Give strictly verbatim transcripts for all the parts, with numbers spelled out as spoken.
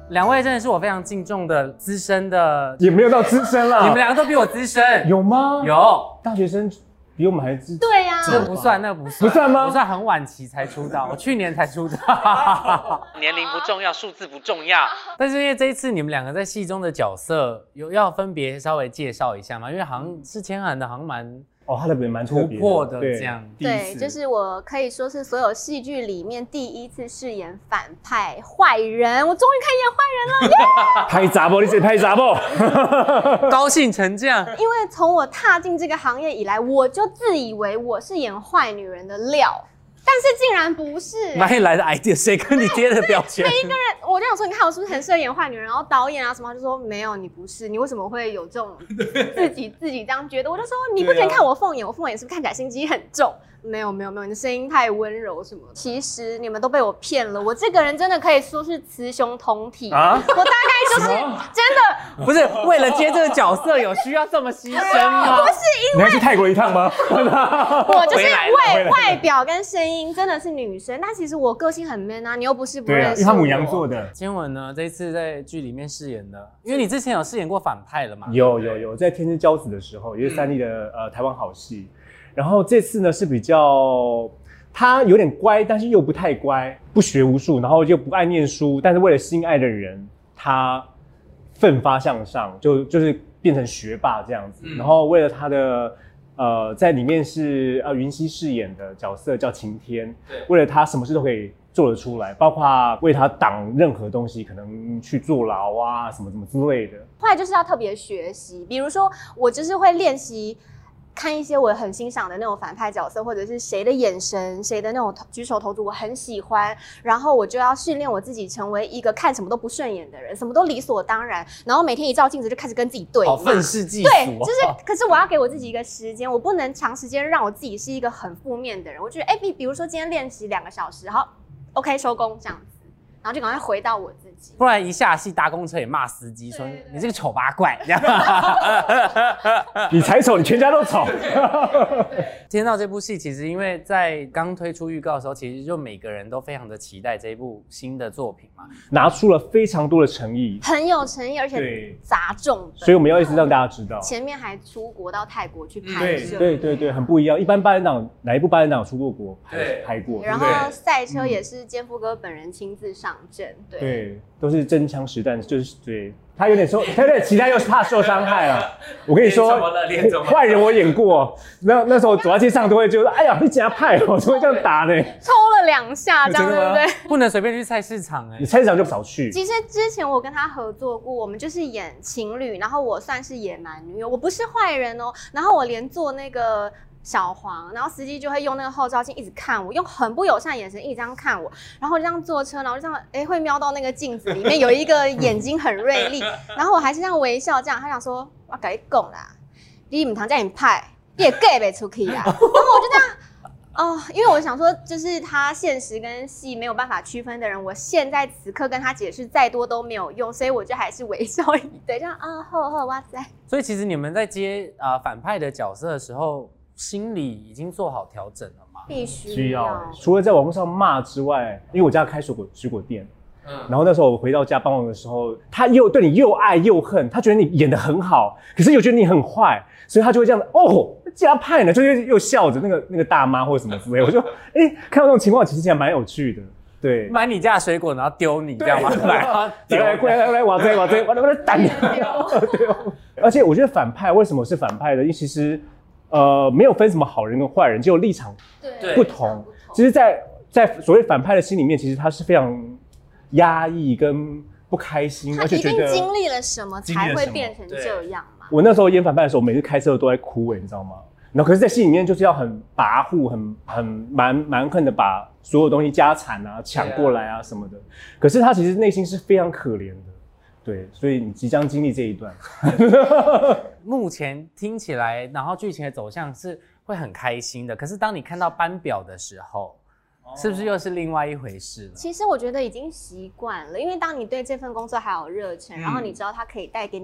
两位真的是我非常敬重的资深的， 也没有到资深啦。 你们两个都比我资深， 有吗？ 有， 大学生比我们还资。 对呀、啊， 那不算，那不算， 不算吗？ 不算，很晚期才出道，我去年才出道。年龄不重要，数字不重要。但是因为这一次你们两个在戏中的角色有要分别稍微介绍一下嘛，因为好像是千涵的，好像蛮。 哦，他的蛮突破的这样， 对，就是我可以说是所有戏剧里面第一次饰演反派坏人，我终于可以演坏人了，耶！ 拍杂不？你自己拍杂不？ 高兴成这样。 因为从我踏进这个行业以来，我就自以为我是演坏女人的料。但是竟然不是， 哪里来的 idea？ 谁跟你贴的标签？ 每一个人，我就想说，你看我是不是很适合演坏女人？然后导演啊什么，他就说没有，你不是，你为什么会有这种自己自己这样觉得？我就说你不能看我凤眼，我凤眼是不是看起来心机很重？没有没有没有，你的声音太温柔什么？其实你们都被我骗了，我这个人真的可以说是雌雄同体啊！我大概就是真的不是为了接这个角色有需要这么牺牲吗？ 不是因为你要去泰国一趟吗？ 我就是外外表跟声音真的是女生，但其实我个性很 man 啊，你又不是不认识我。 对啊，因为他母羊座的。 千文呢，这一次在剧里面饰演的，因为你之前有饰演过反派了嘛？ 有有有，在《天之骄子》的时候，也是三立的、嗯、呃台湾好戏。然后这次呢是比较，他有点乖，但是又不太乖，不学无术，然后又不爱念书，但是为了心爱的人，他奋发向上，就就是变成学霸这样子。嗯、然后为了他的呃，在里面是呃云溪饰演的角色叫晴天，为了他什么事都可以做得出来，包括为他挡任何东西，可能去坐牢啊什么什么之类的。 后来就是要特别学习，比如说我就是会练习。看一些我很欣赏的那种反派角色，或者是谁的眼神、谁的那种举手投足，我很喜欢，然后我就要训练我自己成为一个看什么都不顺眼的人，什么都理所当然，然后每天一照镜子就开始跟自己对骂， 好愤世嫉俗、 对，就是，可是我要给我自己一个时间，我不能长时间让我自己是一个很负面的人。我觉得，哎、欸，比比如说今天练习两个小时，好 ，OK， 收工这样子。然后就赶快回到我自己， 不然一下戏搭公车也骂司机说你这个丑八怪，这样你才丑，你全家都丑。 听到这部戏，其实因为在刚推出预告的时候，其实就每个人都非常的期待这一部新的作品嘛， 拿出了非常多的诚意， 很有诚意，而且砸重本， 所以我们要一直让大家知道。 前面还出国到泰国去拍摄， 对对对，很不一样。一般八点档哪一部八点档有出过国拍拍过？ 然后赛车也是坚夫哥本人亲自上阵，对。 对，都是真枪实弹，就是对他有点受，他有点期待又怕受伤害了。我跟你说，坏人我演过，那那时候走在街上都会就说，哎呀，被夹派了，就会这样打呢。 抽了两下，这样对不对？ 不能随便去菜市场哎、欸， 你菜市场就少去。 其实之前我跟他合作过，我们就是演情侣，然后我算是野蛮女友，我不是坏人哦。然后我连做那个。小黄，然后司机就会用那个后照镜一直看我，用很不友善的眼神一直这样看我，然后我就这样坐车，然后就这样，哎，会瞄到那个镜子里面有一个眼睛很锐利，然后我还是这样微笑，这样他想说，我跟你讲啦，你唔通这样拍，你也 get 不出去啦，然后我就这样。哦，因为我想说，就是他现实跟戏没有办法区分的人，我现在此刻跟他解释再多都没有用，所以我就还是微笑以对，这样啊，呵呵，哇塞。 所以其实你们在接啊、呃、反派的角色的时候。心里已经做好调整了吗？ 必须要。 除了在网络上骂之外，因为我家开水果水果店，嗯，然后那时候我回到家帮忙的时候，他又对你又爱又恨，他觉得你演得很好，可是又觉得你很坏，所以他就会这样子哦，加派呢，就又又笑着那个那个大妈或者什么之类，我就哎、欸、看到这种情况，其实还蛮有趣的。对， 买你家的水果，然后丢你，这样吗？来， 来，来，来，来，我这，我这，我我打你。对，而且我觉得反派为什么是反派的？因为其实。呃，没有分什么好人跟坏人，只有立场不同。其实在，在在所谓反派的心里面，其实他是非常压抑跟不开心，而且觉得他一定经历了什么才会变成这样嘛。 我那时候演反派的时候，每次开车都在哭、欸，你知道吗？然后可是，在戏里面就是要很跋扈、很很蛮蛮横的把所有东西家产啊抢过来啊什么的。可是他其实内心是非常可怜的。对，所以你即将经历这一段。 目前听起来，然后剧情的走向是会很开心的。可是当你看到班表的时候，是不是又是另外一回事了？ 其实我觉得已经习惯了，因为当你对这份工作还有热忱，嗯、然后你知道它可以带给你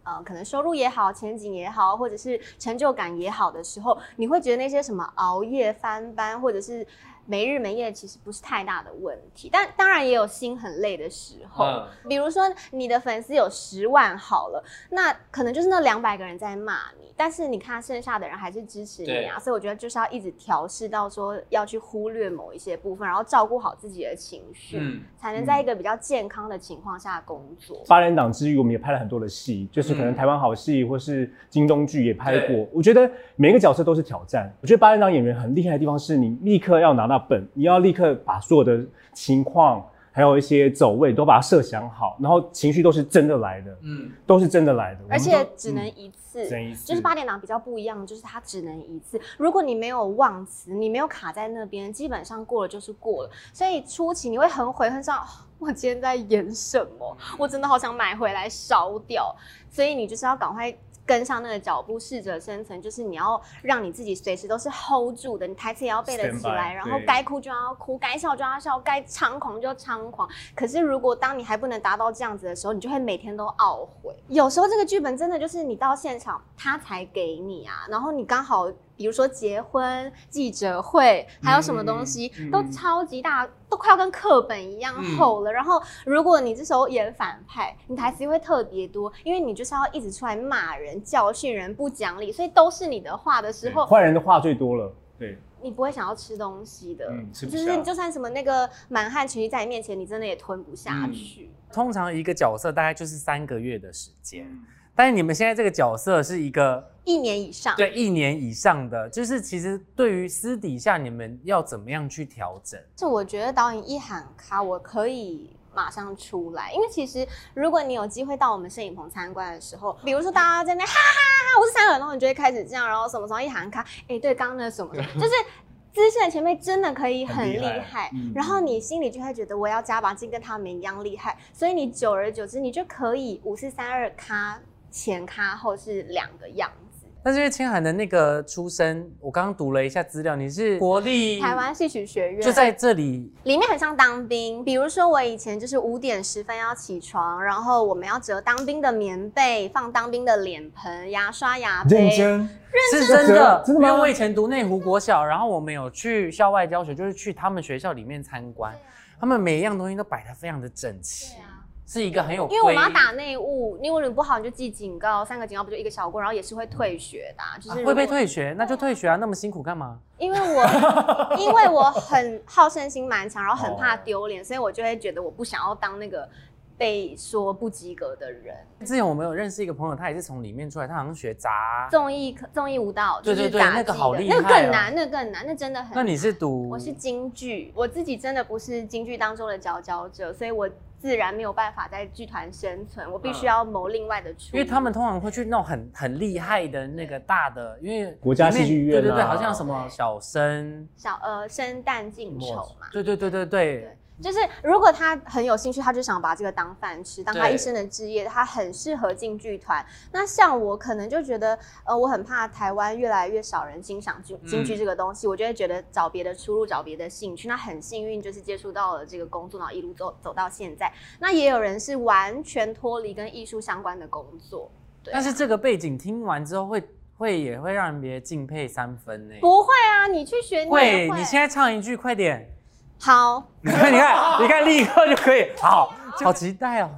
呃，可能收入也好，前景也好，或者是成就感也好的时候，你会觉得那些什么熬夜翻班，或者是没日没夜，其实不是太大的问题。但当然也有心很累的时候，嗯、比如说你的粉丝有十万好了，那可能就是那两百个人在骂你，但是你看剩下的人还是支持你啊。所以我觉得就是要一直调试到说要去忽略某一些部分，然后照顾好自己的情绪，嗯、才能在一个比较健康的情况下工作。 八人档之余，我们也拍了很多的戏，就是可能台湾好戏或是金钟剧也拍过。我觉得每一个角色都是挑战。我觉得八人档演员很厉害的地方是你立刻要拿到本，你要立刻把所有的情况还有一些走位都把它设想好，然后情绪都是真的来的，嗯，都是真的来的， 而且只能一次， 嗯、只能一次。 就是八点档比较不一样，就是它只能一次。如果你没有忘词，你没有卡在那边，基本上过了就是过了。所以初期你会很悔恨上，哦，我今天在演什么？我真的好想买回来烧掉。所以你就是要赶快跟上那个脚步，适者生存，就是你要让你自己随时都是 hold 住的，你台词也要背得起来，然后该哭就要哭，该笑就要笑，该猖狂就猖狂。可是如果当你还不能达到这样子的时候，你就会每天都懊悔。有时候这个剧本真的就是你到现场他才给你啊，然后你刚好比如说结婚、记者会，还有什么东西、嗯、都超级大，都快要跟课本一样厚了、嗯、然后如果你这时候演反派，你台词会特别多，因为你就是要一直出来骂人、教训人、不讲理，所以都是你的话的时候， 坏人的话最多了，对， 你不会想要吃东西的， 嗯，吃不下， 就是就算什么那个满汉全席在你面前，你真的也吞不下去、嗯、 通常一个角色大概就是三个月的时间、嗯，但是你们现在这个角色是一个一年以上， 对，一年以上的，就是其实对于私底下你们要怎么样去调整？ 就我觉得导演一喊卡，我可以马上出来，因为其实如果你有机会到我们摄影棚参观的时候，比如说大家在那哈哈哈，我是三个人，然后你就会开始这样，然后什么时候一喊卡，哎，对，刚刚那什么什么，就是资深的前辈真的可以很厉害，厉害嗯、然后你心里就会觉得我要加把劲，跟他们一样厉害，所以你久而久之，你就可以五四三二卡前卡后是两个样子。 但是因为千涵的那个出身，我刚刚读了一下资料，你是国立台湾戏曲学院， 就在这里， 里面很像当兵。比如说我以前就是五点十分要起床，然后我们要折当兵的棉被，放当兵的脸盆、牙刷、牙杯。 认真， 是真的，真的吗？因为我以前读内湖国小，然后我们有去校外教学，就是去他们学校里面参观，他们每一样东西都摆得非常的整齐。是一个很有， 因为我们要打内务，内务人不好你就记警告，三个警告不就一个小过，然后也是会退学的、啊，就是、 啊、会被退学，那就退学啊，那么辛苦干嘛？ 因为我因为我很好胜心蛮强，然后很怕丢脸，所以我就会觉得我不想要当那个被说不及格的人。 之前我们有认识一个朋友，他也是从里面出来，他好像学杂综艺综艺舞蹈， 对对对，那个好厉害、哦， 那个更难，那个更难，那真的很难。 那你是读？ 我是京剧，我自己真的不是京剧当中的佼佼者，所以我自然没有办法在剧团生存，我必须要谋另外的出路、嗯。 因为他们通常会去那种很很厉害的那个大的，因为国家戏剧院、啊， 对对对，好像什么小生、 小呃生旦净丑嘛， 对对对对对。对就是如果他很有兴趣，他就想把这个当饭吃，当他一生的志业，他很适合进剧团。那像我可能就觉得，呃，我很怕台湾越来越少人欣赏京剧这个东西、嗯，我就会觉得找别的出路，找别的兴趣。那很幸运，就是接触到了这个工作，然后一路走走到现在。那也有人是完全脱离跟艺术相关的工作，对、啊。 但是这个背景听完之后会。会也会让人别敬佩三分呢？ 不会啊，你去学你也会。会，你现在唱一句，快点。 好， 你看，你看，你看，立刻就可以。好，好期待哦。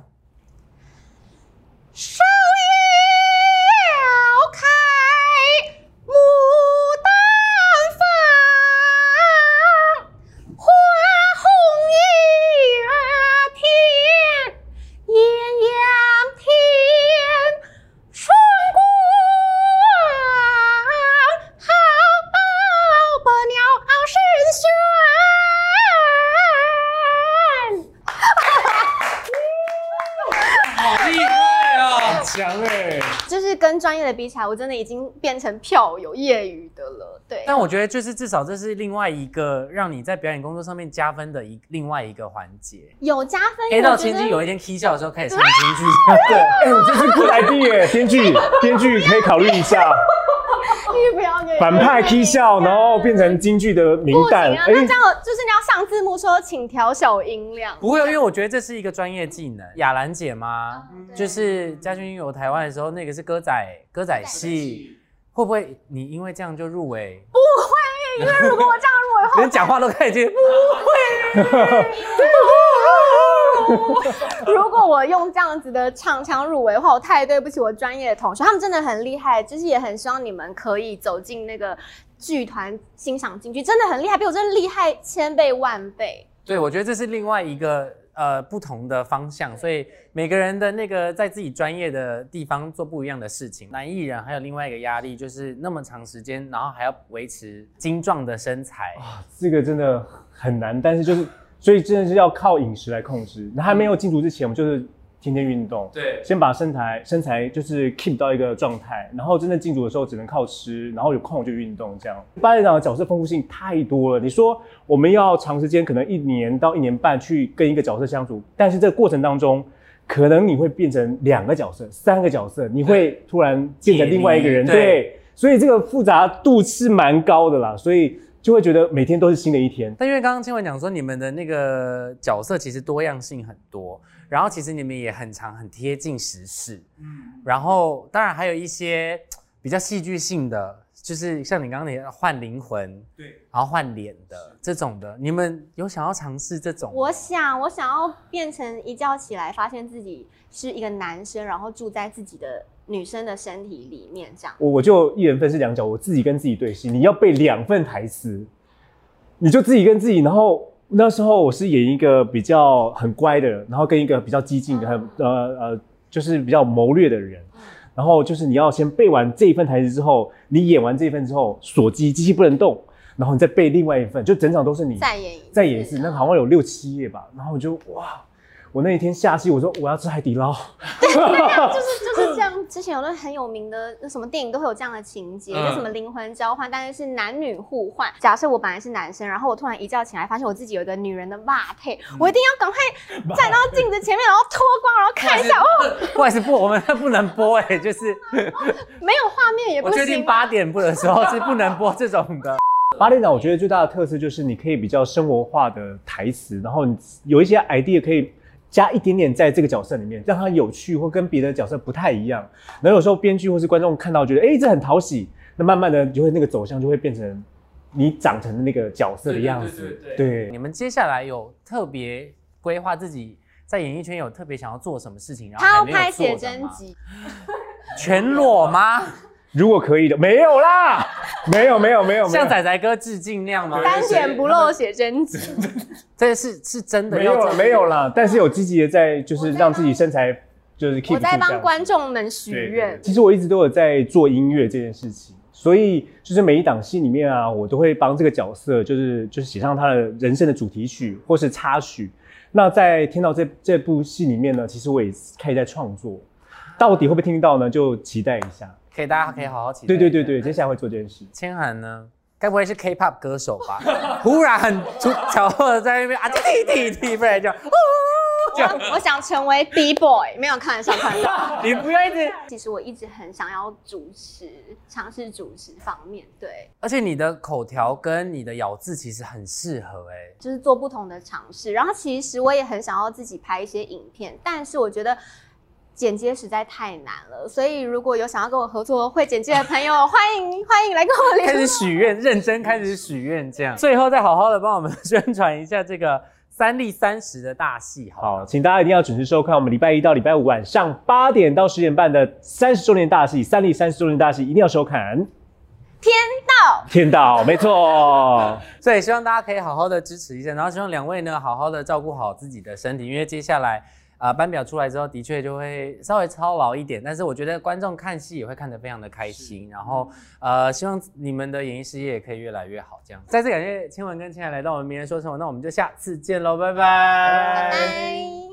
手摇开牡丹放，花红一月天，艳阳天，春光好，百鸟声喧。 强哎， 就是跟专业的比起来，我真的已经变成票友业余的了。对， 但我觉得就是至少这是另外一个让你在表演工作上面加分的一另外一个环节。 有加分， 黑到千金有一天 K 笑的时候开始唱京剧。 对，哎、欸，我这是good idea，编剧编剧可以考虑一下。 你不要给反派 K 笑，然后变成京剧的名旦。 不行啊，那这样就是你要上字幕说请调小音量。 不会，因为我觉得这是一个专业技能。雅兰姐嘛， 嗯、 就是家军有台湾的时候，那个是歌仔歌仔戏，会不会你因为这样就入围？ 不会，因为如果我这样入围后， 连讲话都开始不会。 如果我用这样子的唱腔入围的话，我太对不起我专业的同学，他们真的很厉害，就是也很希望你们可以走进那个剧团欣赏京剧，真的很厉害，比我真的厉害千倍万倍。 对，我觉得这是另外一个呃不同的方向，所以每个人的那个在自己专业的地方做不一样的事情。男艺人还有另外一个压力，就是那么长时间，然后还要维持精壮的身材啊，这个真的很难，但是就是。所以真的是要靠饮食来控制。那还没有进组之前，我们就是天天运动， 对， 先把身材身材就是 keep 到一个状态，然后真正进组的时候只能靠吃，然后有空就运动这样。八点档的角色丰富性太多了，你说我们要长时间，可能一年到一年半去跟一个角色相处，但是这个过程当中，可能你会变成两个角色、三个角色，你会突然变成另外一个人，对，对，所以这个复杂度是蛮高的啦，所以。就会觉得每天都是新的一天。 但因为刚刚青文讲说，你们的那个角色其实多样性很多，然后其实你们也很常很贴近时事，嗯，然后当然还有一些比较戏剧性的，就是像你刚刚那换灵魂，对，然后换脸的这种的，你们有想要尝试这种吗？ 我想，我想要变成一觉起来发现自己是一个男生，然后住在自己的。女生的身体里面，这样我我就一人分饰两角，我自己跟自己对戏。你要背两份台词，你就自己跟自己。然后那时候我是演一个比较很乖的，然后跟一个比较激进的、很呃呃，就是比较谋略的人。然后就是你要先背完这一份台词之后，你演完这一份之后，锁机，机器不能动，然后你再背另外一份，就整场都是你再演一次， 再演一次。那好像有六七页吧。然后我就哇。我那一天下戏，我说我要吃海底捞， 对，就是就是这样。之前有那很有名的那什么电影都会有这样的情节，嗯、就什么灵魂交换，但是是男女互换。假设我本来是男生，然后我突然一觉起来，发现我自己有一个女人的袜配，嗯、我一定要赶快站到镜子前面，然后脱光，然后看一下哦。 不好意思，不，我们不能播哎、欸，就是、哦、 没有画面也不行。 我确定八点播的时候是不能播这种的。 八点档我觉得最大的特色就是你可以比较生活化的台词，然后你有一些 idea 可以。加一点点在这个角色里面，让它有趣或跟别的角色不太一样。然后有时候编剧或是观众看到觉得，哎、欸，这很讨喜，那慢慢的就会那个走向就会变成你长成的那个角色的样子。对, 对, 对, 对, 对， 你们接下来有特别规划自己在演艺圈有特别想要做什么事情？然后他要拍写真集， 全裸吗？ 如果可以的，没有啦，没有没有没有， 像仔仔哥致敬那样吗？ 单点不漏写真集， 这是是真的没有没有啦，但是有积极的在，就是让自己身材就是 keep 住。 我在帮观众们许愿。 其实我一直都有在做音乐这件事情，所以就是每一档戏里面啊，我都会帮这个角色，就是就是写上他的人生的主题曲或是插曲。那在听到这这部戏里面呢，其实我也开始在创作，到底会不会听到呢？就期待一下。 可以，大家可以好好期待。 对对对对，接下来会做这件事。 千涵呢？该不会是 K-pop 歌手吧？忽然很出巧合的在那边啊，滴滴滴，不然就， 我我想成为 B boy， 没有开玩笑，开玩笑。 你不要一直。 其实我一直很想要主持，尝试主持方面，对。 而且你的口条跟你的咬字其实很适合哎、欸， 就是做不同的尝试。然后其实我也很想要自己拍一些影片，但是我觉得。剪接实在太难了，所以如果有想要跟我合作会剪接的朋友，欢迎欢迎来跟我联络。 开始许愿，认真开始许愿，这样。最后再好好的帮我们宣传一下这个三立三十的大戏，好。 好，请大家一定要准时收看我们礼拜一到礼拜五晚上八点到十点半的三十周年大戏，三立三十周年大戏一定要收看。 天道， 天道，没错。 所以希望大家可以好好的支持一下，然后希望两位呢好好的照顾好自己的身体，因为接下来。呃，班表出来之后，的确就会稍微操劳一点，但是我觉得观众看戏也会看得非常的开心。然后，呃，希望你们的演艺事业也可以越来越好。这样，再次感谢千文跟千涵来到我们名人说生活，那我们就下次见喽，拜拜。 拜拜。